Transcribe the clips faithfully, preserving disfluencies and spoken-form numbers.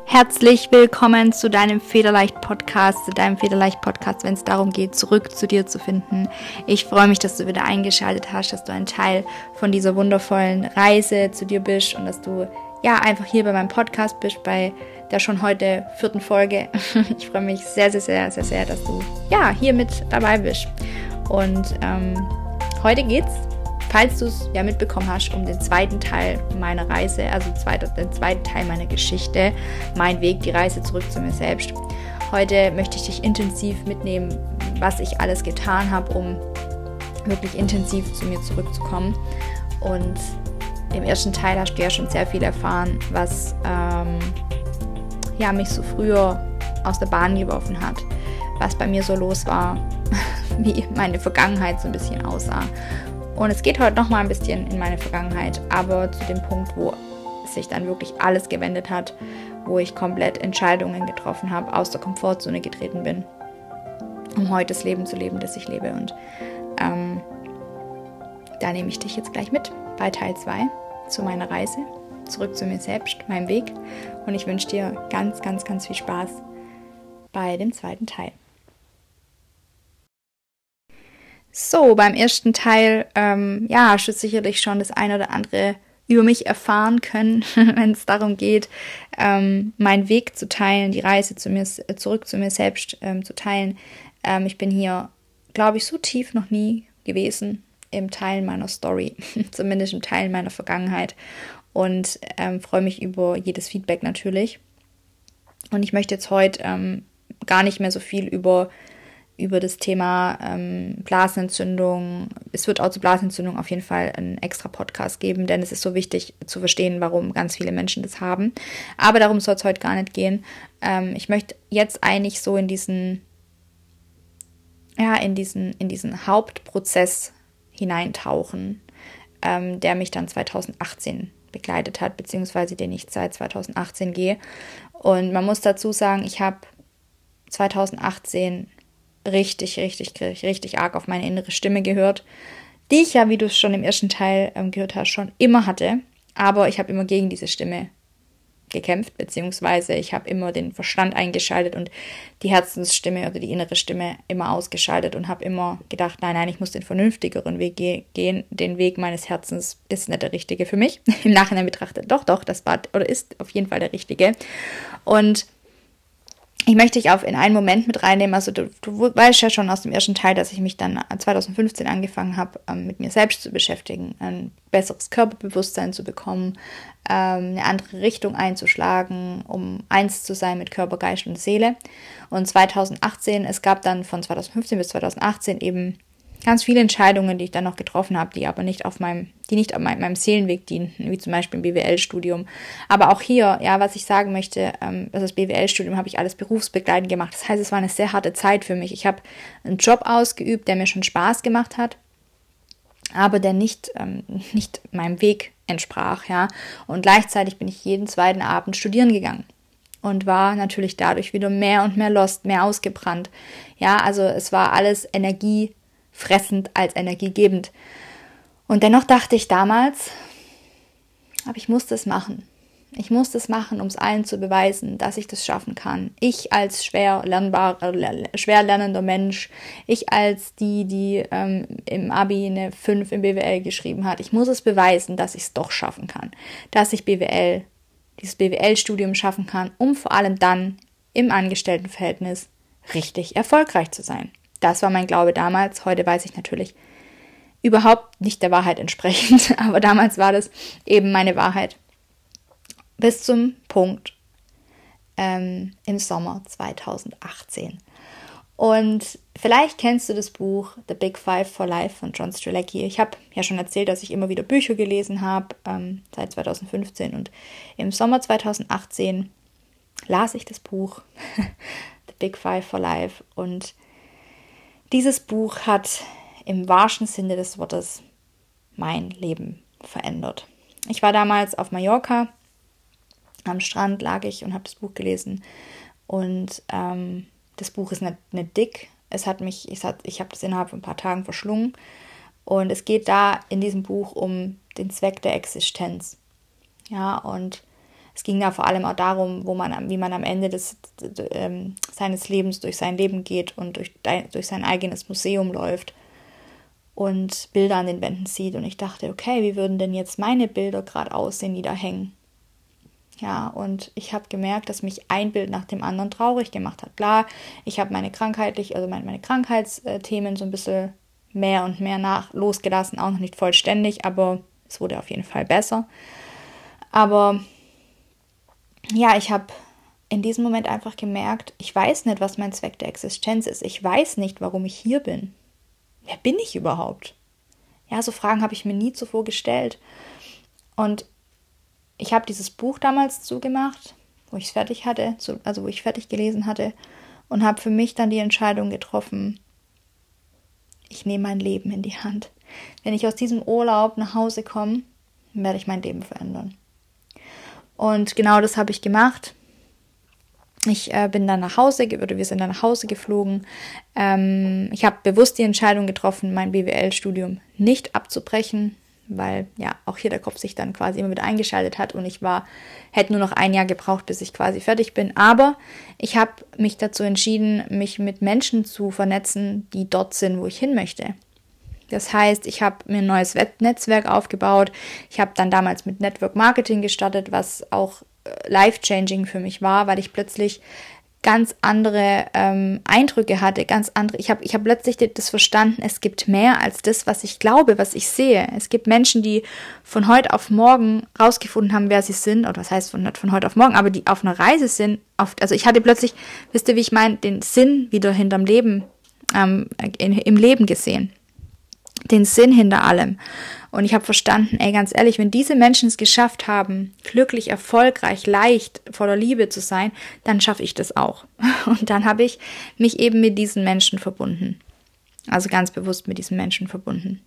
Herzlich willkommen zu deinem Federleicht-Podcast, zu deinem Federleicht-Podcast, wenn es darum geht, zurück zu dir zu finden. Ich freue mich, dass du wieder eingeschaltet hast, dass du ein Teil von dieser wundervollen Reise zu dir bist und dass du ja einfach hier bei meinem Podcast bist, bei der schon heute vierten Folge. Ich freue mich sehr, sehr, sehr, sehr, sehr, dass du ja hier mit dabei bist. Und ähm, heute geht's, falls du es ja mitbekommen hast, um den zweiten Teil meiner Reise, also zweiter, den zweiten Teil meiner Geschichte, mein Weg, die Reise zurück zu mir selbst. Heute möchte ich dich intensiv mitnehmen, was ich alles getan habe, um wirklich intensiv zu mir zurückzukommen. Und im ersten Teil hast du ja schon sehr viel erfahren, was ähm, ja, mich so früher aus der Bahn geworfen hat, was bei mir so los war, wie meine Vergangenheit so ein bisschen aussah. Und es geht heute nochmal ein bisschen in meine Vergangenheit, aber zu dem Punkt, wo sich dann wirklich alles gewendet hat, wo ich komplett Entscheidungen getroffen habe, aus der Komfortzone getreten bin, um heute das Leben zu leben, das ich lebe. Und ähm, da nehme ich dich jetzt gleich mit bei Teil zwei zu meiner Reise, zurück zu mir selbst, meinem Weg. Und ich wünsche dir ganz, ganz, ganz viel Spaß bei dem zweiten Teil. So, beim ersten Teil, ähm, ja, hast du sicherlich schon das eine oder andere über mich erfahren können, wenn es darum geht, ähm, meinen Weg zu teilen, die Reise zu mir, zurück zu mir selbst ähm, zu teilen. Ähm, ich bin hier, glaube ich, so tief noch nie gewesen im Teilen meiner Story, zumindest im Teilen meiner Vergangenheit, und ähm, freue mich über jedes Feedback natürlich. Und ich möchte jetzt heute ähm, gar nicht mehr so viel über über das Thema ähm, Blasenentzündung. Es wird auch zur Blasenentzündung auf jeden Fall einen extra Podcast geben, denn es ist so wichtig zu verstehen, warum ganz viele Menschen das haben. Aber darum soll es heute gar nicht gehen. Ähm, ich möchte jetzt eigentlich so in diesen, ja, in diesen, in diesen Hauptprozess hineintauchen, ähm, der mich dann zweitausendachtzehn begleitet hat, beziehungsweise den ich seit zweitausendachtzehn gehe. Und man muss dazu sagen, ich habe zweitausendachtzehn richtig, richtig, richtig arg auf meine innere Stimme gehört, die ich ja, wie du es schon im ersten Teil ähm, gehört hast, schon immer hatte. Aber ich habe immer gegen diese Stimme gekämpft, beziehungsweise ich habe immer den Verstand eingeschaltet und die Herzensstimme oder die innere Stimme immer ausgeschaltet und habe immer gedacht, nein, nein, ich muss den vernünftigeren Weg ge- gehen. Den Weg meines Herzens ist nicht der richtige für mich. Im Nachhinein betrachtet, doch, doch, das war oder ist auf jeden Fall der richtige. Und ich möchte dich auf in einen Moment mit reinnehmen, also du, du weißt ja schon aus dem ersten Teil, dass ich mich dann zweitausendfünfzehn angefangen habe, ähm, mit mir selbst zu beschäftigen, ein besseres Körperbewusstsein zu bekommen, ähm, eine andere Richtung einzuschlagen, um eins zu sein mit Körper, Geist und Seele. Und zweitausendachtzehn, es gab dann von zweitausendfünfzehn bis zweitausendachtzehn eben ganz viele Entscheidungen, die ich dann noch getroffen habe, die aber nicht auf meinem, die nicht auf meinem, meinem Seelenweg dienten, wie zum Beispiel im B W L-Studium. Aber auch hier, ja, was ich sagen möchte, ähm, das B W L-Studium habe ich alles berufsbegleitend gemacht. Das heißt, es war eine sehr harte Zeit für mich. Ich habe einen Job ausgeübt, der mir schon Spaß gemacht hat, aber der nicht, ähm, nicht meinem Weg entsprach, ja. Und gleichzeitig bin ich jeden zweiten Abend studieren gegangen und war natürlich dadurch wieder mehr und mehr lost, mehr ausgebrannt. Ja, also es war alles Energie fressend als energiegebend. Und dennoch dachte ich damals, aber ich muss das machen. Ich muss das machen, um es allen zu beweisen, dass ich das schaffen kann. Ich als schwer lernbarer, schwer lernender Mensch, ich als die, die ähm, im Abi eine fünf im B W L geschrieben hat, ich muss es beweisen, dass ich es doch schaffen kann. Dass ich B W L, dieses B W L-Studium schaffen kann, um vor allem dann im Angestelltenverhältnis richtig erfolgreich zu sein. Das war mein Glaube damals. Heute weiß ich natürlich überhaupt nicht der Wahrheit entsprechend, aber damals war das eben meine Wahrheit. Bis zum Punkt ähm, im Sommer zweitausendachtzehn. Und vielleicht kennst du das Buch The Big Five for Life von John Strzelecki. Ich habe ja schon erzählt, dass ich immer wieder Bücher gelesen habe, ähm, seit zweitausendfünfzehn. Und im Sommer zweitausendachtzehn las ich das Buch The Big Five for Life. Und dieses Buch hat im wahrsten Sinne des Wortes mein Leben verändert. Ich war damals auf Mallorca, am Strand lag ich und habe das Buch gelesen. Und ähm, das Buch ist nicht, nicht dick. Es hat mich, ich, ich habe das innerhalb von ein paar Tagen verschlungen. Und es geht da in diesem Buch um den Zweck der Existenz. Ja, und es ging da vor allem auch darum, wo man, wie man am Ende des, äh, seines Lebens durch sein Leben geht und durch, durch sein eigenes Museum läuft und Bilder an den Wänden sieht. Und ich dachte, okay, wie würden denn jetzt meine Bilder gerade aussehen, die da hängen? Ja, und ich habe gemerkt, dass mich ein Bild nach dem anderen traurig gemacht hat. Klar, ich habe meine krankheitlich, also meine, meine Krankheitsthemen so ein bisschen mehr und mehr nach losgelassen, auch noch nicht vollständig, aber es wurde auf jeden Fall besser. Aber ja, ich habe in diesem Moment einfach gemerkt, ich weiß nicht, was mein Zweck der Existenz ist. Ich weiß nicht, warum ich hier bin. Wer bin ich überhaupt? Ja, so Fragen habe ich mir nie zuvor gestellt. Und ich habe dieses Buch damals zugemacht, wo ich es fertig hatte, also wo ich fertig gelesen hatte, und habe für mich dann die Entscheidung getroffen, ich nehme mein Leben in die Hand. Wenn ich aus diesem Urlaub nach Hause komme, werde ich mein Leben verändern. Und genau das habe ich gemacht. Ich äh, bin dann nach Hause, oder wir sind dann nach Hause geflogen. Ähm, ich habe bewusst die Entscheidung getroffen, mein B W L-Studium nicht abzubrechen, weil ja auch hier der Kopf sich dann quasi immer wieder eingeschaltet hat und ich war, hätte nur noch ein Jahr gebraucht, bis ich quasi fertig bin. Aber ich habe mich dazu entschieden, mich mit Menschen zu vernetzen, die dort sind, wo ich hin möchte. Das heißt, ich habe mir ein neues Netzwerk aufgebaut. Ich habe dann damals mit Network Marketing gestartet, was auch life-changing für mich war, weil ich plötzlich ganz andere ähm, Eindrücke hatte, ganz andere. Ich habe ich hab plötzlich das verstanden, es gibt mehr als das, was ich glaube, was ich sehe. Es gibt Menschen, die von heute auf morgen rausgefunden haben, wer sie sind, oder was heißt von, nicht von heute auf morgen, aber die auf einer Reise sind. Auf, also ich hatte plötzlich, wisst ihr, wie ich meine, den Sinn wieder hinterm Leben, ähm, in, im Leben gesehen. Den Sinn hinter allem. Und ich habe verstanden, ey, ganz ehrlich, wenn diese Menschen es geschafft haben, glücklich, erfolgreich, leicht, voller Liebe zu sein, dann schaffe ich das auch. Und dann habe ich mich eben mit diesen Menschen verbunden. Also ganz bewusst mit diesen Menschen verbunden.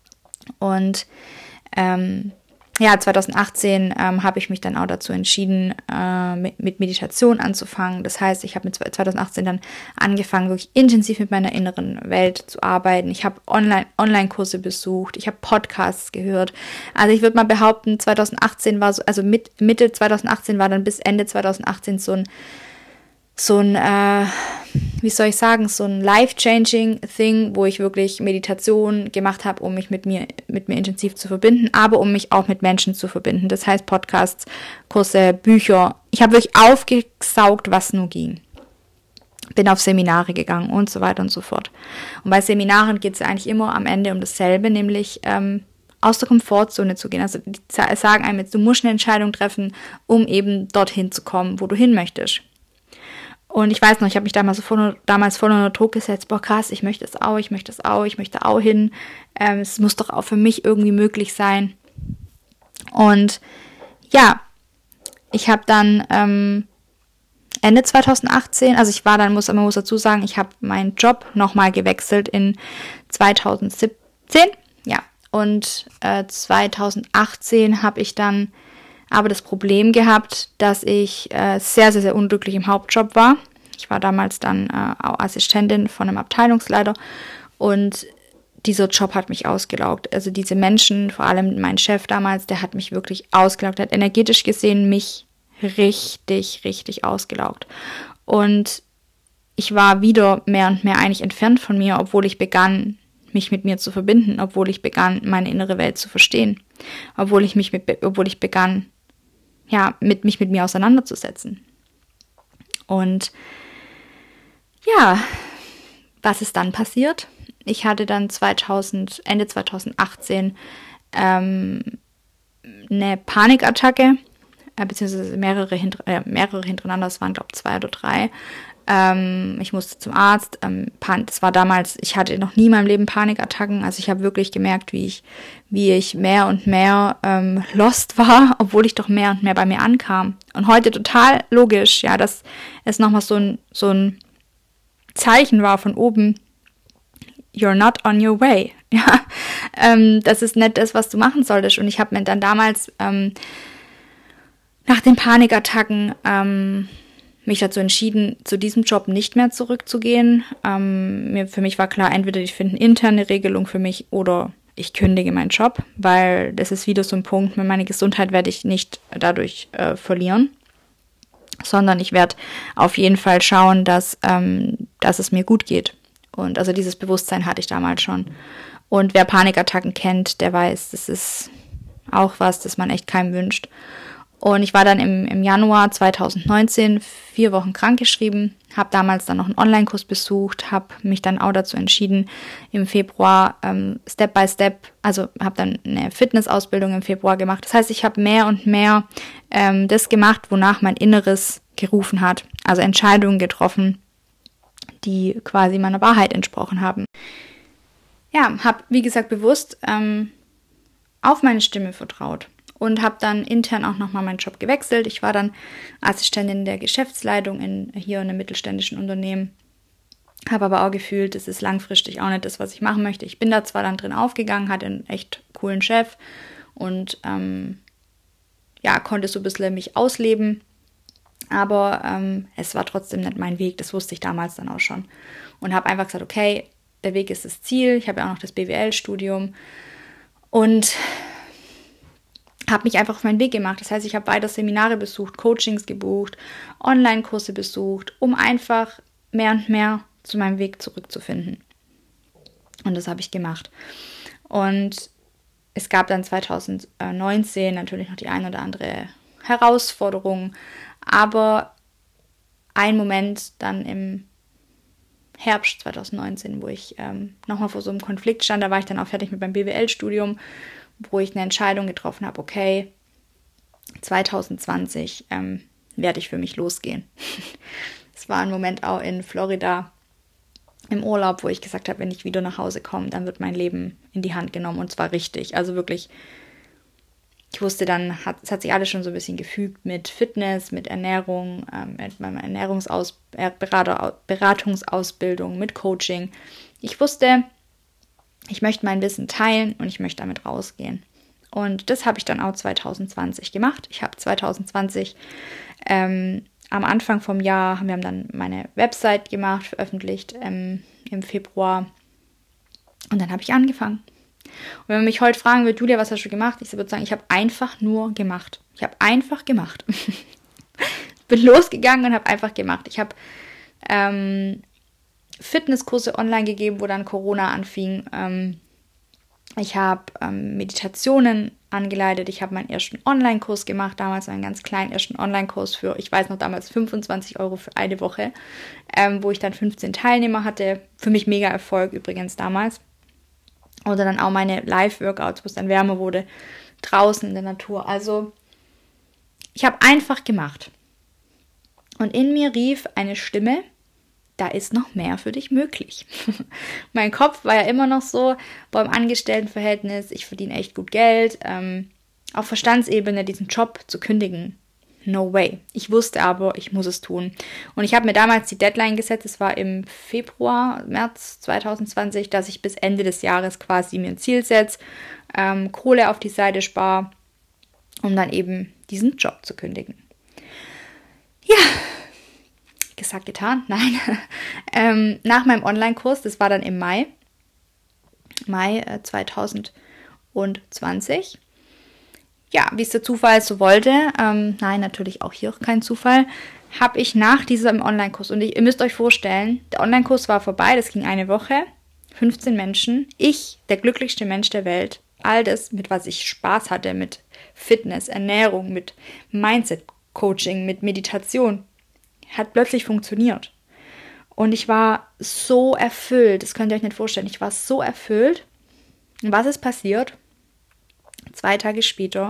Und ähm, ja, zwanzig achtzehn ähm, habe ich mich dann auch dazu entschieden, äh, mit, mit Meditation anzufangen. Das heißt, ich habe mit zwanzig achtzehn dann angefangen, wirklich intensiv mit meiner inneren Welt zu arbeiten. Ich habe Online, Online-Kurse besucht, ich habe Podcasts gehört. Also ich würde mal behaupten, zwanzig achtzehn war so, also mit, Mitte zwanzig achtzehn war dann bis Ende zwanzig achtzehn so ein so ein, äh, wie soll ich sagen, so ein life-changing Thing, wo ich wirklich Meditation gemacht habe, um mich mit mir, mit mir intensiv zu verbinden, aber um mich auch mit Menschen zu verbinden. Das heißt Podcasts, Kurse, Bücher. Ich habe wirklich aufgesaugt, was nur ging. Bin auf Seminare gegangen und so weiter und so fort. Und bei Seminaren geht es eigentlich immer am Ende um dasselbe, nämlich ähm, aus der Komfortzone zu gehen. Also die sagen einem jetzt, du musst eine Entscheidung treffen, um eben dorthin zu kommen, wo du hin möchtest. Und ich weiß noch, ich habe mich damals, so vor, damals voll unter Druck gesetzt, boah krass, ich möchte es auch, ich möchte es auch, ich möchte auch hin. Ähm, es muss doch auch für mich irgendwie möglich sein. Und ja, ich habe dann ähm, Ende zwanzig achtzehn, also ich war dann, muss, man muss dazu sagen, ich habe meinen Job nochmal gewechselt in zwanzig siebzehn, ja. Und äh, zwanzig achtzehn habe ich dann aber das Problem gehabt, dass ich äh, sehr, sehr, sehr unglücklich im Hauptjob war. Ich war damals dann äh, auch Assistentin von einem Abteilungsleiter und dieser Job hat mich ausgelaugt. Also diese Menschen, vor allem mein Chef damals, der hat mich wirklich ausgelaugt, hat energetisch gesehen mich richtig, richtig ausgelaugt. Und ich war wieder mehr und mehr eigentlich entfernt von mir, obwohl ich begann, mich mit mir zu verbinden, obwohl ich begann, meine innere Welt zu verstehen, obwohl ich mich mit, obwohl ich begann, ja, mit mich mit mir auseinanderzusetzen. Und ja, was ist dann passiert? Ich hatte dann zweitausend, Ende zwanzig achtzehn ähm, eine Panikattacke, äh, beziehungsweise mehrere, hinter, äh, mehrere hintereinander, es waren glaube ich zwei oder drei. Ähm, ich musste zum Arzt. Ähm, Pan- das war damals, ich hatte noch nie in meinem Leben Panikattacken. Also ich habe wirklich gemerkt, wie ich, wie ich mehr und mehr ähm, lost war, obwohl ich doch mehr und mehr bei mir ankam. Und heute total logisch, ja, dass es nochmal so ein, so ein Zeichen war von oben, you're not on your way. Ja, ähm, das ist nicht das, was du machen solltest. Und ich habe mir dann damals ähm, nach den Panikattacken ähm, mich dazu entschieden, zu diesem Job nicht mehr zurückzugehen. Ähm, mir, für mich war klar, entweder ich finde eine interne Regelung für mich oder ich kündige meinen Job, weil das ist wieder so ein Punkt, meine Gesundheit werde ich nicht dadurch äh, verlieren, sondern ich werde auf jeden Fall schauen, dass, ähm, dass es mir gut geht. Und also dieses Bewusstsein hatte ich damals schon. Und wer Panikattacken kennt, der weiß, das ist auch was, das man echt keinem wünscht. Und ich war dann im, im Januar zweitausendneunzehn vier Wochen krankgeschrieben, habe damals dann noch einen Online-Kurs besucht, habe mich dann auch dazu entschieden, im Februar ähm, Step by Step, also habe dann eine Fitnessausbildung im Februar gemacht. Das heißt, ich habe mehr und mehr ähm, das gemacht, wonach mein Inneres gerufen hat. Also Entscheidungen getroffen, die quasi meiner Wahrheit entsprochen haben. Ja, habe, wie gesagt, bewusst ähm, auf meine Stimme vertraut. Und habe dann intern auch nochmal meinen Job gewechselt. Ich war dann Assistentin der Geschäftsleitung in hier in einem mittelständischen Unternehmen. Habe aber auch gefühlt, das ist langfristig auch nicht das, was ich machen möchte. Ich bin da zwar dann drin aufgegangen, hatte einen echt coolen Chef und ähm, ja, konnte so ein bisschen mich ausleben. Aber ähm, es war trotzdem nicht mein Weg. Das wusste ich damals dann auch schon. Und habe einfach gesagt, okay, der Weg ist das Ziel. Ich habe ja auch noch das B W L-Studium. Und habe mich einfach auf meinen Weg gemacht. Das heißt, ich habe weiter Seminare besucht, Coachings gebucht, Online-Kurse besucht, um einfach mehr und mehr zu meinem Weg zurückzufinden. Und das habe ich gemacht. Und es gab dann zweitausendneunzehn natürlich noch die ein oder andere Herausforderung, aber ein Moment dann im Herbst zweitausendneunzehn, wo ich ähm, nochmal vor so einem Konflikt stand, da war ich dann auch fertig mit meinem B W L-Studium, wo ich eine Entscheidung getroffen habe, okay, zwanzig zwanzig ähm, werde ich für mich losgehen. Es war ein Moment auch in Florida im Urlaub, wo ich gesagt habe, wenn ich wieder nach Hause komme, dann wird mein Leben in die Hand genommen und zwar richtig. Also wirklich, ich wusste dann, hat, es hat sich alles schon so ein bisschen gefügt mit Fitness, mit Ernährung, ähm, mit meiner Ernährungsaus- äh, Berater, Beratungsausbildung, mit Coaching. Ich wusste, ich möchte mein Wissen teilen und ich möchte damit rausgehen. Und das habe ich dann auch zwanzig zwanzig gemacht. Ich habe zwanzig zwanzig ähm, am Anfang vom Jahr, wir haben dann meine Website gemacht, veröffentlicht ähm, im Februar. Und dann habe ich angefangen. Und wenn man mich heute fragen würde, Julia, was hast du gemacht? Ich würde sagen, ich habe einfach nur gemacht. Ich habe einfach gemacht. Ich bin losgegangen und habe einfach gemacht. Ich habe ähm, Fitnesskurse online gegeben, wo dann Corona anfing. Ähm, ich habe ähm, Meditationen angeleitet. Ich habe meinen ersten Online-Kurs gemacht, damals einen ganz kleinen ersten Online-Kurs für, ich weiß noch damals, fünfundzwanzig Euro für eine Woche, ähm, wo ich dann fünfzehn Teilnehmer hatte. Für mich mega Erfolg übrigens damals. Oder dann auch meine Live-Workouts, wo es dann wärmer wurde, draußen in der Natur. Also ich habe einfach gemacht. Und in mir rief eine Stimme, da ist noch mehr für dich möglich. Mein Kopf war ja immer noch so, beim Angestelltenverhältnis, ich verdiene echt gut Geld, ähm, auf Verstandsebene diesen Job zu kündigen. No way. Ich wusste aber, ich muss es tun. Und ich habe mir damals die Deadline gesetzt, es war im Februar, März zwanzig zwanzig, dass ich bis Ende des Jahres quasi mir ein Ziel setze, ähm, Kohle auf die Seite spare, um dann eben diesen Job zu kündigen. Ja, gesagt, getan, nein. ähm, nach meinem Online-Kurs, das war dann im Mai, Mai äh, zwanzig zwanzig, ja, wie es der Zufall so wollte, ähm, nein, natürlich auch hier kein Zufall, habe ich nach diesem Online-Kurs, und ich, ihr müsst euch vorstellen, der Online-Kurs war vorbei, das ging eine Woche, fünfzehn Menschen, ich, der glücklichste Mensch der Welt, all das, mit was ich Spaß hatte, mit Fitness, Ernährung, mit Mindset-Coaching, mit Meditation, hat plötzlich funktioniert. Und ich war so erfüllt, das könnt ihr euch nicht vorstellen, ich war so erfüllt. Und was ist passiert? Zwei Tage später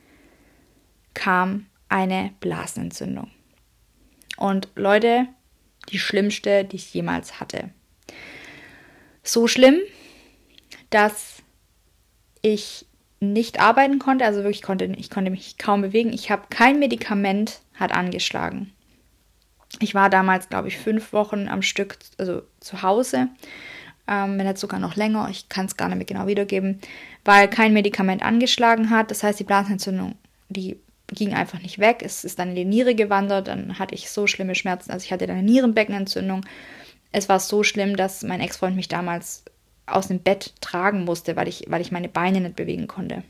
kam eine Blasenentzündung. Und Leute, die schlimmste, die ich jemals hatte. So schlimm, dass ich nicht arbeiten konnte, also wirklich konnte, ich konnte mich kaum bewegen. Ich habe kein Medikament, hat angeschlagen. Ich war damals, glaube ich, fünf Wochen am Stück, also zu Hause, ähm, wenn nicht sogar noch länger, ich kann es gar nicht mehr genau wiedergeben, weil kein Medikament angeschlagen hat. Das heißt, die Blasenentzündung, die ging einfach nicht weg. Es ist dann in die Niere gewandert, dann hatte ich so schlimme Schmerzen, also ich hatte dann eine Nierenbeckenentzündung. Es war so schlimm, dass mein Ex-Freund mich damals aus dem Bett tragen musste, weil ich, weil ich meine Beine nicht bewegen konnte.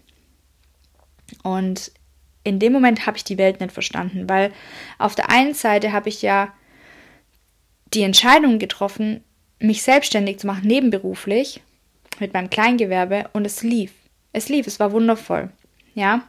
Und in dem Moment habe ich die Welt nicht verstanden, weil auf der einen Seite habe ich ja die Entscheidung getroffen, mich selbstständig zu machen, nebenberuflich, mit meinem Kleingewerbe, und es lief. Es lief, es war wundervoll, ja.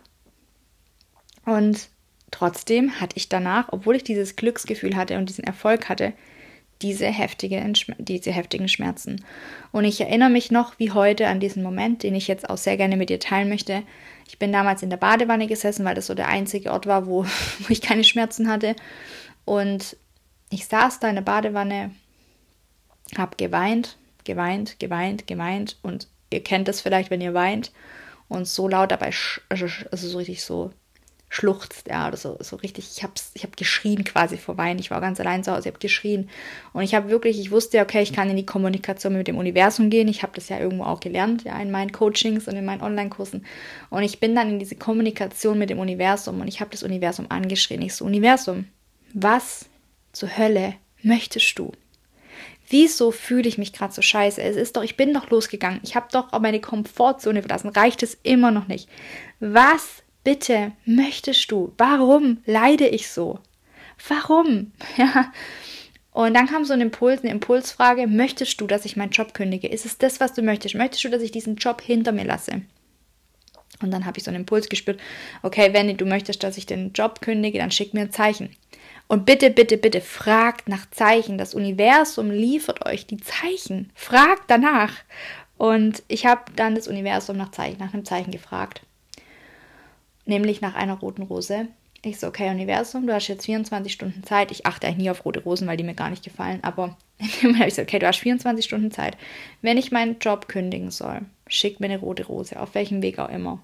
Und trotzdem hatte ich danach, obwohl ich dieses Glücksgefühl hatte und diesen Erfolg hatte, diese, heftige, diese heftigen Schmerzen. Und ich erinnere mich noch wie heute an diesen Moment, den ich jetzt auch sehr gerne mit dir teilen möchte. Ich bin damals in der Badewanne gesessen, weil das so der einzige Ort war, wo, wo ich keine Schmerzen hatte. Und ich saß da in der Badewanne, habe geweint, geweint, geweint, geweint. Und ihr kennt das vielleicht, wenn ihr weint und so laut dabei, also so richtig so schluchzt, ja, oder so, so richtig, ich habe ich hab geschrien quasi vor Weinen, ich war ganz allein zu Hause, ich habe geschrien und ich habe wirklich, ich wusste, okay, ich kann in die Kommunikation mit dem Universum gehen, ich habe das ja irgendwo auch gelernt, ja, in meinen Coachings und in meinen Online-Kursen, und ich bin dann in diese Kommunikation mit dem Universum und ich habe das Universum angeschrien, ich so, Universum, was zur Hölle möchtest du? Wieso fühle ich mich gerade so scheiße? Es ist doch, ich bin doch losgegangen, ich habe doch meine Komfortzone verlassen, reicht es immer noch nicht? Was bitte möchtest du? Warum leide ich so? Warum? Ja. Und dann kam so ein Impuls, eine Impulsfrage: Möchtest du, dass ich meinen Job kündige? Ist es das, was du möchtest? Möchtest du, dass ich diesen Job hinter mir lasse? Und dann habe ich so einen Impuls gespürt: Okay, wenn du möchtest, dass ich den Job kündige, dann schick mir ein Zeichen. Und bitte, bitte, bitte fragt nach Zeichen. Das Universum liefert euch die Zeichen. Fragt danach. Und ich habe dann das Universum nach Zeichen, nach einem Zeichen gefragt. Nämlich nach einer roten Rose. Ich so, okay, Universum, du hast jetzt vierundzwanzig Stunden Zeit. Ich achte eigentlich nie auf rote Rosen, weil die mir gar nicht gefallen. Aber in dem Moment habe ich so, okay, du hast vierundzwanzig Stunden Zeit. Wenn ich meinen Job kündigen soll, schick mir eine rote Rose, auf welchem Weg auch immer.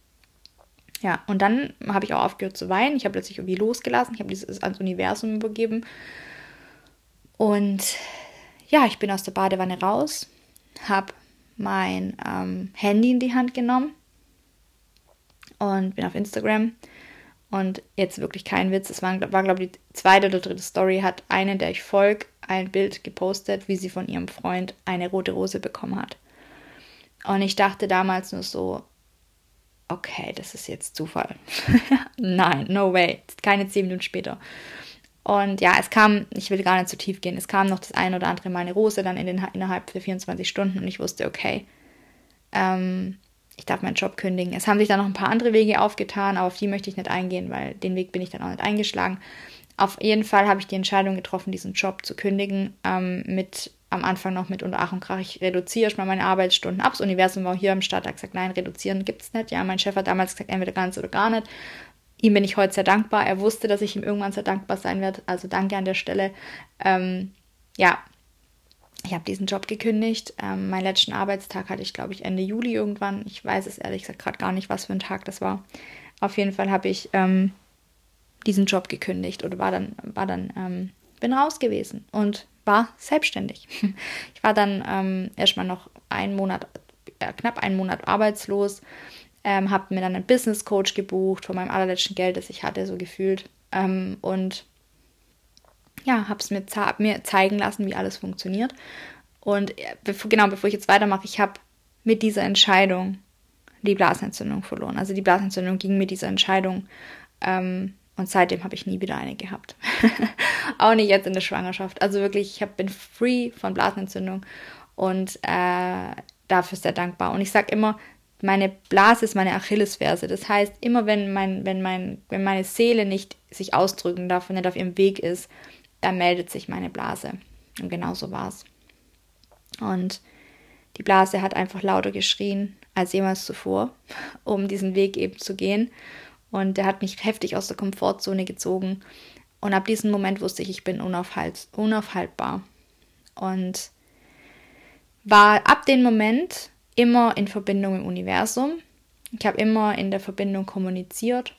Ja, und dann habe ich auch aufgehört zu weinen. Ich habe plötzlich irgendwie losgelassen. Ich habe dieses ans Universum übergeben. Und ja, ich bin aus der Badewanne raus, habe mein ähm, Handy in die Hand genommen und bin auf Instagram. Und jetzt wirklich kein Witz, es war, war glaube ich, die zweite oder dritte Story, hat eine, der ich folge, ein Bild gepostet, wie sie von ihrem Freund eine rote Rose bekommen hat. Und ich dachte damals nur so, okay, das ist jetzt Zufall. Nein, no way, keine zehn Minuten später. Und ja, es kam, ich will gar nicht zu tief gehen, es kam noch das ein oder andere Mal eine Rose, dann in den, innerhalb der vierundzwanzig Stunden, und ich wusste, okay, ähm, ich darf meinen Job kündigen. Es haben sich dann noch ein paar andere Wege aufgetan, aber auf die möchte ich nicht eingehen, weil den Weg bin ich dann auch nicht eingeschlagen. Auf jeden Fall habe ich die Entscheidung getroffen, diesen Job zu kündigen, ähm, mit am Anfang noch mit unter Ach und Krach, ich reduziere mal meine Arbeitsstunden ab. Das Universum war hier am Start, hat gesagt, nein, reduzieren gibt es nicht. Ja, mein Chef hat damals gesagt, entweder ganz oder gar nicht. Ihm bin ich heute sehr dankbar. Er wusste, dass ich ihm irgendwann sehr dankbar sein werde. Also danke an der Stelle. Ähm, ja, ich habe diesen Job gekündigt. Ähm, meinen letzten Arbeitstag hatte ich, glaube ich, Ende Juli irgendwann. Ich weiß es ehrlich gesagt gerade gar nicht, was für ein Tag das war. Auf jeden Fall habe ich ähm, diesen Job gekündigt oder war dann, war dann ähm, bin raus gewesen und war selbstständig. Ich war dann ähm, erstmal noch einen Monat, äh, knapp einen Monat arbeitslos, ähm, habe mir dann einen Business Coach gebucht von meinem allerletzten Geld, das ich hatte, so gefühlt. Ähm, und ja, habe es mir, mir zeigen lassen, wie alles funktioniert. Und bevor, genau, bevor ich jetzt weitermache, ich habe mit dieser Entscheidung die Blasenentzündung verloren. Also die Blasenentzündung ging mit dieser Entscheidung ähm, und seitdem habe ich nie wieder eine gehabt. Auch nicht jetzt in der Schwangerschaft. Also wirklich, ich hab, bin free von Blasenentzündung und äh, dafür sehr dankbar. Und ich sage immer, meine Blase ist meine Achillesferse. Das heißt, immer wenn, mein, wenn, mein, wenn meine Seele nicht sich ausdrücken darf und nicht auf ihrem Weg ist, dann meldet sich meine Blase. Und genau so war es. Und die Blase hat einfach lauter geschrien als jemals zuvor, um diesen Weg eben zu gehen. Und der hat mich heftig aus der Komfortzone gezogen. Und ab diesem Moment wusste ich, ich bin unaufhalt, unaufhaltbar. Und war ab dem Moment immer in Verbindung im Universum. Ich habe immer in der Verbindung kommuniziert.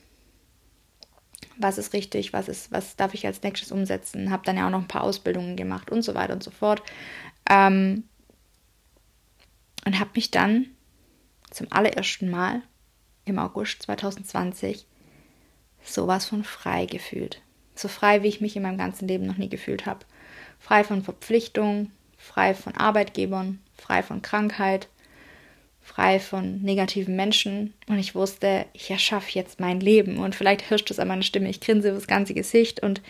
Was ist richtig, was ist, was darf ich als nächstes umsetzen. Habe dann ja auch noch ein paar Ausbildungen gemacht und so weiter und so fort. Ähm, und habe mich dann zum allerersten Mal im August zwanzig zwanzig sowas von frei gefühlt. So frei, wie ich mich in meinem ganzen Leben noch nie gefühlt habe. Frei von Verpflichtungen, frei von Arbeitgebern, frei von Krankheit, frei von negativen Menschen. Und ich wusste, ich erschaffe jetzt mein Leben. Und vielleicht hörst du es an meiner Stimme, ich grinse über das ganze Gesicht und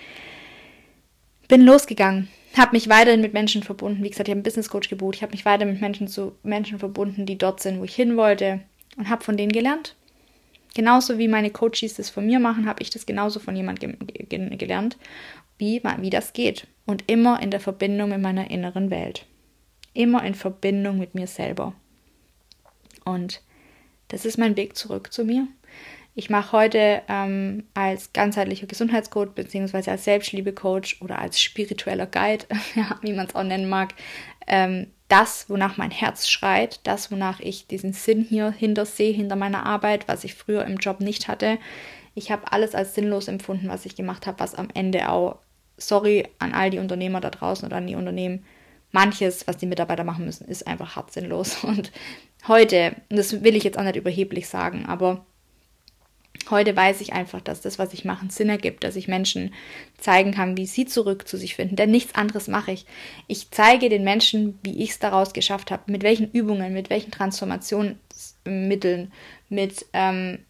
bin losgegangen. Habe mich weiterhin mit Menschen verbunden. Wie gesagt, ich habe einen Business Coach gebucht. Ich habe mich weiter mit Menschen zu Menschen verbunden, die dort sind, wo ich hin wollte. Und habe von denen gelernt. Genauso wie meine Coaches das von mir machen, habe ich das genauso von jemandem ge- ge- gelernt, wie, wie das geht. Und immer in der Verbindung mit meiner inneren Welt. Immer in Verbindung mit mir selber. Und das ist mein Weg zurück zu mir. Ich mache heute ähm, als ganzheitlicher Gesundheitscoach beziehungsweise als Selbstliebe-Coach oder als spiritueller Guide, ja, wie man es auch nennen mag, ähm, das, wonach mein Herz schreit, das, wonach ich diesen Sinn hier hinter sehe, hinter meiner Arbeit, was ich früher im Job nicht hatte. Ich habe alles als sinnlos empfunden, was ich gemacht habe, was am Ende auch, sorry an all die Unternehmer da draußen oder an die Unternehmen, manches, was die Mitarbeiter machen müssen, ist einfach hart sinnlos. Und heute, und das will ich jetzt auch nicht überheblich sagen, aber heute weiß ich einfach, dass das, was ich mache, einen Sinn ergibt, dass ich Menschen zeigen kann, wie sie zurück zu sich finden. Denn nichts anderes mache ich. Ich zeige den Menschen, wie ich es daraus geschafft habe, mit welchen Übungen, mit welchen Transformationsmitteln, mit, ähm,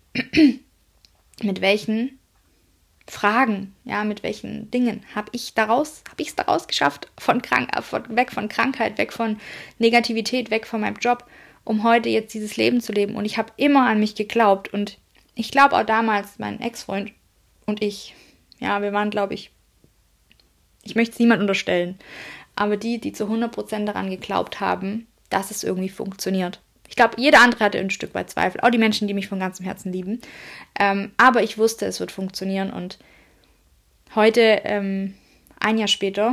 mit welchen Fragen, ja, mit welchen Dingen habe ich daraus, habe ich es daraus geschafft, von Krank- von, weg von Krankheit, weg von Negativität, weg von meinem Job, um heute jetzt dieses Leben zu leben. Und ich habe immer an mich geglaubt und ich glaube auch damals, mein Ex-Freund und ich, ja, wir waren, glaube ich, ich möchte es niemand unterstellen, aber die, die zu hundert Prozent daran geglaubt haben, dass es irgendwie funktioniert. Ich glaube, jeder andere hatte ein Stück weit Zweifel, auch die Menschen, die mich von ganzem Herzen lieben. Ähm, aber ich wusste, es wird funktionieren und heute, ähm, ein Jahr später,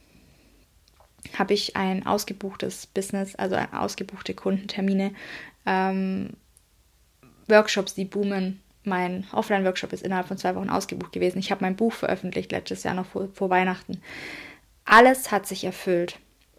habe ich ein ausgebuchtes Business, also ausgebuchte Kundentermine, ähm, Workshops, die boomen. Mein Offline-Workshop ist innerhalb von zwei Wochen ausgebucht gewesen. Ich habe mein Buch veröffentlicht, letztes Jahr noch vor, vor Weihnachten. Alles hat sich erfüllt.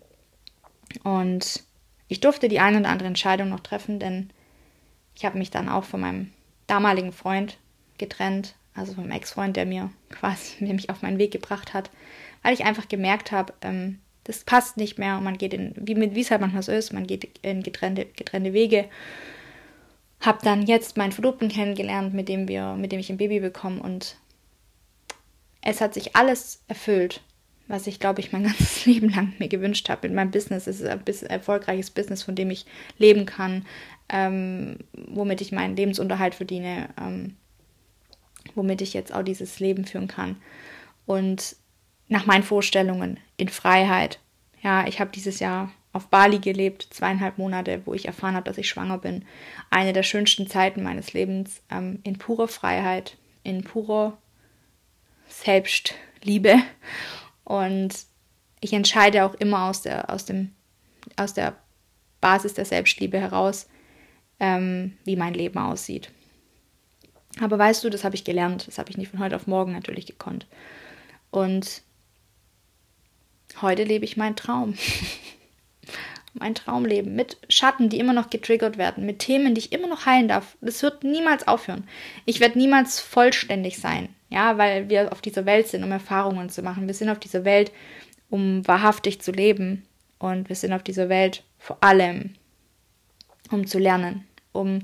Und ich durfte die eine oder andere Entscheidung noch treffen, denn ich habe mich dann auch von meinem damaligen Freund getrennt, also vom Ex-Freund, der mir quasi der mich auf meinen Weg gebracht hat, weil ich einfach gemerkt habe, ähm, das passt nicht mehr und man geht in, wie wie es halt manchmal so ist, man geht in getrennte, getrennte Wege. Habe dann jetzt meinen Verlobten kennengelernt, mit dem wir, mit dem ich ein Baby bekomme und es hat sich alles erfüllt, was ich, glaube ich, mein ganzes Leben lang mir gewünscht habe. In meinem Business ist es ein bisschen erfolgreiches Business, von dem ich leben kann, ähm, womit ich meinen Lebensunterhalt verdiene, ähm, womit ich jetzt auch dieses Leben führen kann. Und nach meinen Vorstellungen in Freiheit. Ja, ich habe dieses Jahr auf Bali gelebt, zweieinhalb Monate, wo ich erfahren habe, dass ich schwanger bin. Eine der schönsten Zeiten meines Lebens, ähm, in purer Freiheit, in purer Selbstliebe. Und ich entscheide auch immer aus der, aus dem, aus der Basis der Selbstliebe heraus, ähm, wie mein Leben aussieht. Aber weißt du, das habe ich gelernt. Das habe ich nicht von heute auf morgen natürlich gekonnt. Und heute lebe ich meinen Traum. Mein Traumleben mit Schatten, die immer noch getriggert werden, mit Themen, die ich immer noch heilen darf. Das wird niemals aufhören. Ich werde niemals vollständig sein, ja, weil wir auf dieser Welt sind, um Erfahrungen zu machen. Wir sind auf dieser Welt, um wahrhaftig zu leben. Und wir sind auf dieser Welt vor allem, um zu lernen, um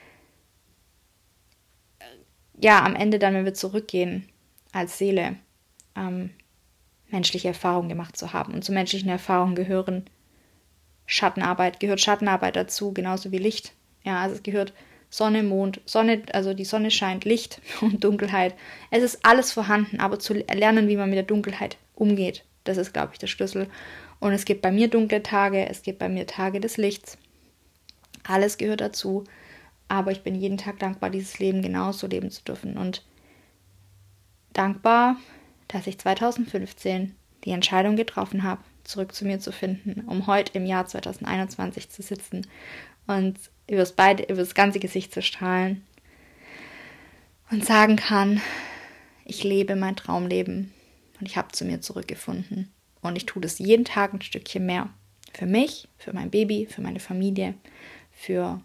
ja, am Ende dann, wenn wir zurückgehen als Seele, ähm, menschliche Erfahrungen gemacht zu haben. Und zu menschlichen Erfahrungen gehören Schattenarbeit, gehört Schattenarbeit dazu, genauso wie Licht. Ja, also es gehört Sonne, Mond, Sonne, also die Sonne scheint, Licht und Dunkelheit. Es ist alles vorhanden, aber zu lernen, wie man mit der Dunkelheit umgeht, das ist, glaube ich, der Schlüssel. Und es gibt bei mir dunkle Tage, es gibt bei mir Tage des Lichts. Alles gehört dazu, aber ich bin jeden Tag dankbar, dieses Leben genauso leben zu dürfen und dankbar, dass ich zweitausendfünfzehn die Entscheidung getroffen habe, zurück zu mir zu finden, um heute im Jahr zweitausendeinundzwanzig zu sitzen und über das, beide, über das ganze Gesicht zu strahlen und sagen kann, ich lebe mein Traumleben und ich habe zu mir zurückgefunden und ich tue das jeden Tag ein Stückchen mehr. Für mich, für mein Baby, für meine Familie, für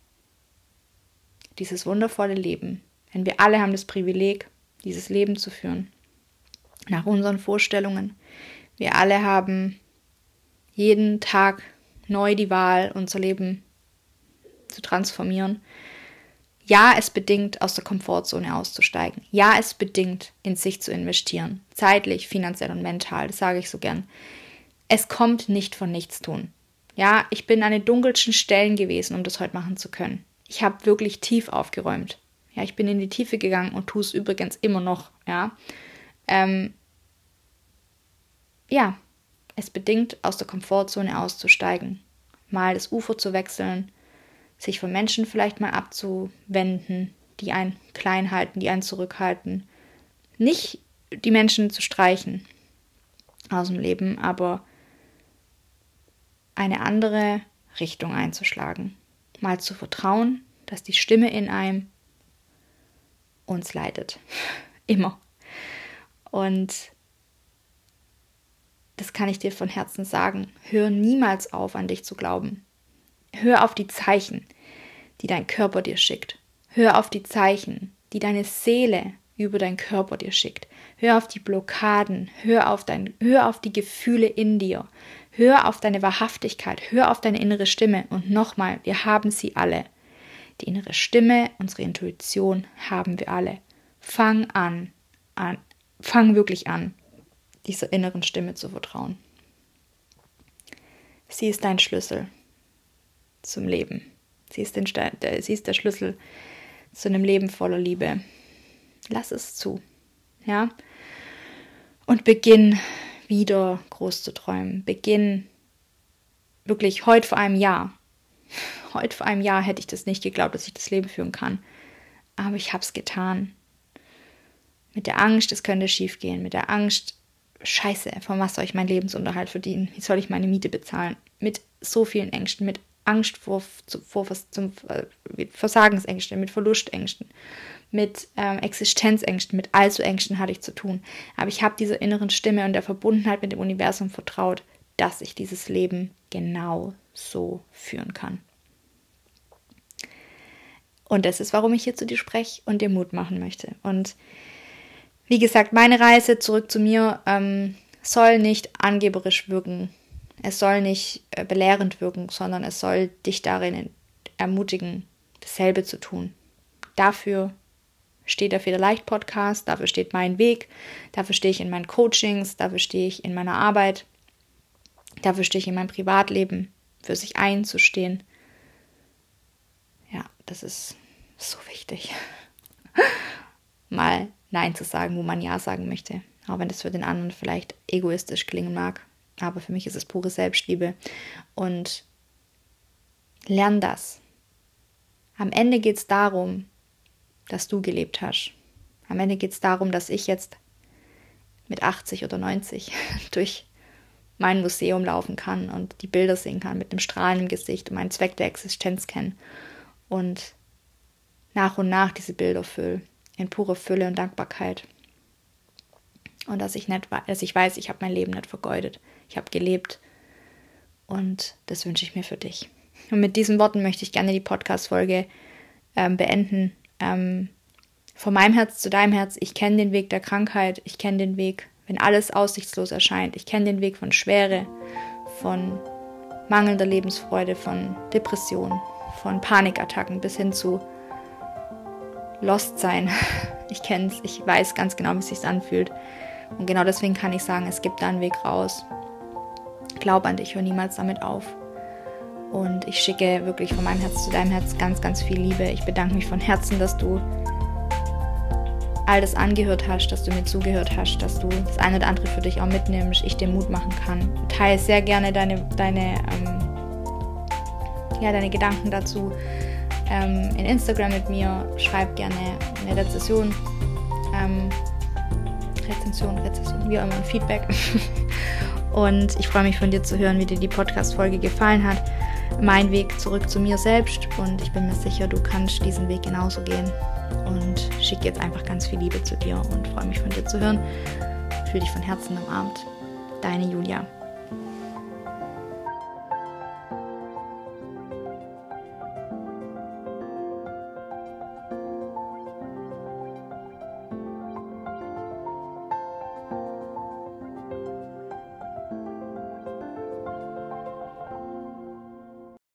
dieses wundervolle Leben. Denn wir alle haben das Privileg, dieses Leben zu führen, nach unseren Vorstellungen. Wir alle haben jeden Tag neu die Wahl, unser Leben zu transformieren. Ja, es bedingt, aus der Komfortzone auszusteigen. Ja, es bedingt, in sich zu investieren. Zeitlich, finanziell und mental, das sage ich so gern. Es kommt nicht von Nichtstun. Ja, ich bin an den dunkelsten Stellen gewesen, um das heute machen zu können. Ich habe wirklich tief aufgeräumt. Ja, ich bin in die Tiefe gegangen und tue es übrigens immer noch. Ja, ähm, ja, es bedingt, aus der Komfortzone auszusteigen. Mal das Ufer zu wechseln, sich von Menschen vielleicht mal abzuwenden, die einen klein halten, die einen zurückhalten. Nicht die Menschen zu streichen aus dem Leben, aber eine andere Richtung einzuschlagen. Mal zu vertrauen, dass die Stimme in einem uns leitet. Immer. Und das kann ich dir von Herzen sagen. Hör niemals auf, an dich zu glauben. Hör auf die Zeichen, die dein Körper dir schickt. Hör auf die Zeichen, die deine Seele über deinen Körper dir schickt. Hör auf die Blockaden, hör auf, dein, hör auf die Gefühle in dir. Hör auf deine Wahrhaftigkeit, hör auf deine innere Stimme. Und nochmal, wir haben sie alle. Die innere Stimme, unsere Intuition haben wir alle. Fang an, an fang wirklich an, dieser inneren Stimme zu vertrauen. Sie ist dein Schlüssel zum Leben. Sie ist, den, sie ist der Schlüssel zu einem Leben voller Liebe. Lass es zu. Ja? Und beginn wieder groß zu träumen. Beginn wirklich heute vor einem Jahr. Heute vor einem Jahr hätte ich das nicht geglaubt, dass ich das Leben führen kann. Aber ich habe es getan. Mit der Angst, es könnte schief gehen. Mit der Angst, Scheiße, von was soll ich meinen Lebensunterhalt verdienen? Wie soll ich meine Miete bezahlen? Mit so vielen Ängsten, mit Angst vor, vor, vor zum, äh, Versagensängsten, mit Verlustängsten, mit ähm, Existenzängsten, mit allzu Ängsten hatte ich zu tun. Aber ich habe dieser inneren Stimme und der Verbundenheit mit dem Universum vertraut, dass ich dieses Leben genau so führen kann. Und das ist, warum ich hier zu dir spreche und dir Mut machen möchte. Und wie gesagt, meine Reise zurück zu mir ähm, soll nicht angeberisch wirken. Es soll nicht äh, belehrend wirken, sondern es soll dich darin ermutigen, dasselbe zu tun. Dafür steht der Federleicht-Podcast, dafür steht mein Weg, dafür stehe ich in meinen Coachings, dafür stehe ich in meiner Arbeit, dafür stehe ich in meinem Privatleben, für sich einzustehen. Ja, das ist so wichtig. Mal Nein zu sagen, wo man Ja sagen möchte. Auch wenn das für den anderen vielleicht egoistisch klingen mag. Aber für mich ist es pure Selbstliebe. Und lern das. Am Ende geht es darum, dass du gelebt hast. Am Ende geht es darum, dass ich jetzt mit achtzig oder neunzig durch mein Museum laufen kann und die Bilder sehen kann mit einem Strahlen im Gesicht und meinen Zweck der Existenz kennen. Und nach und nach diese Bilder fülle. In purer Fülle und Dankbarkeit. Und dass ich, nicht, dass ich weiß, ich habe mein Leben nicht vergeudet. Ich habe gelebt. Und das wünsche ich mir für dich. Und mit diesen Worten möchte ich gerne die Podcast-Folge ähm, beenden. Ähm, von meinem Herz zu deinem Herz. Ich kenne den Weg der Krankheit. Ich kenne den Weg, wenn alles aussichtslos erscheint. Ich kenne den Weg von Schwere, von mangelnder Lebensfreude, von Depressionen, von Panikattacken bis hin zu Lost sein. Ich kenne es, ich weiß ganz genau, wie es sich anfühlt. Und genau deswegen kann ich sagen, es gibt da einen Weg raus. Glaub an dich, hör niemals damit auf. Und ich schicke wirklich von meinem Herz zu deinem Herz ganz, ganz viel Liebe. Ich bedanke mich von Herzen, dass du all das angehört hast, dass du mir zugehört hast, dass du das eine oder andere für dich auch mitnimmst, ich dir Mut machen kann. Teile sehr gerne deine, deine, ähm, ja, deine Gedanken dazu ähm, in Instagram mit mir. Schreib gerne eine Rezession, ähm, Rezension, Rezession, wie auch immer, ein Feedback. Und ich freue mich von dir zu hören, wie dir die Podcast-Folge gefallen hat. Mein Weg zurück zu mir selbst. Und ich bin mir sicher, du kannst diesen Weg genauso gehen. Und schicke jetzt einfach ganz viel Liebe zu dir und freue mich von dir zu hören. Fühl dich von Herzen umarmt. Deine Julia.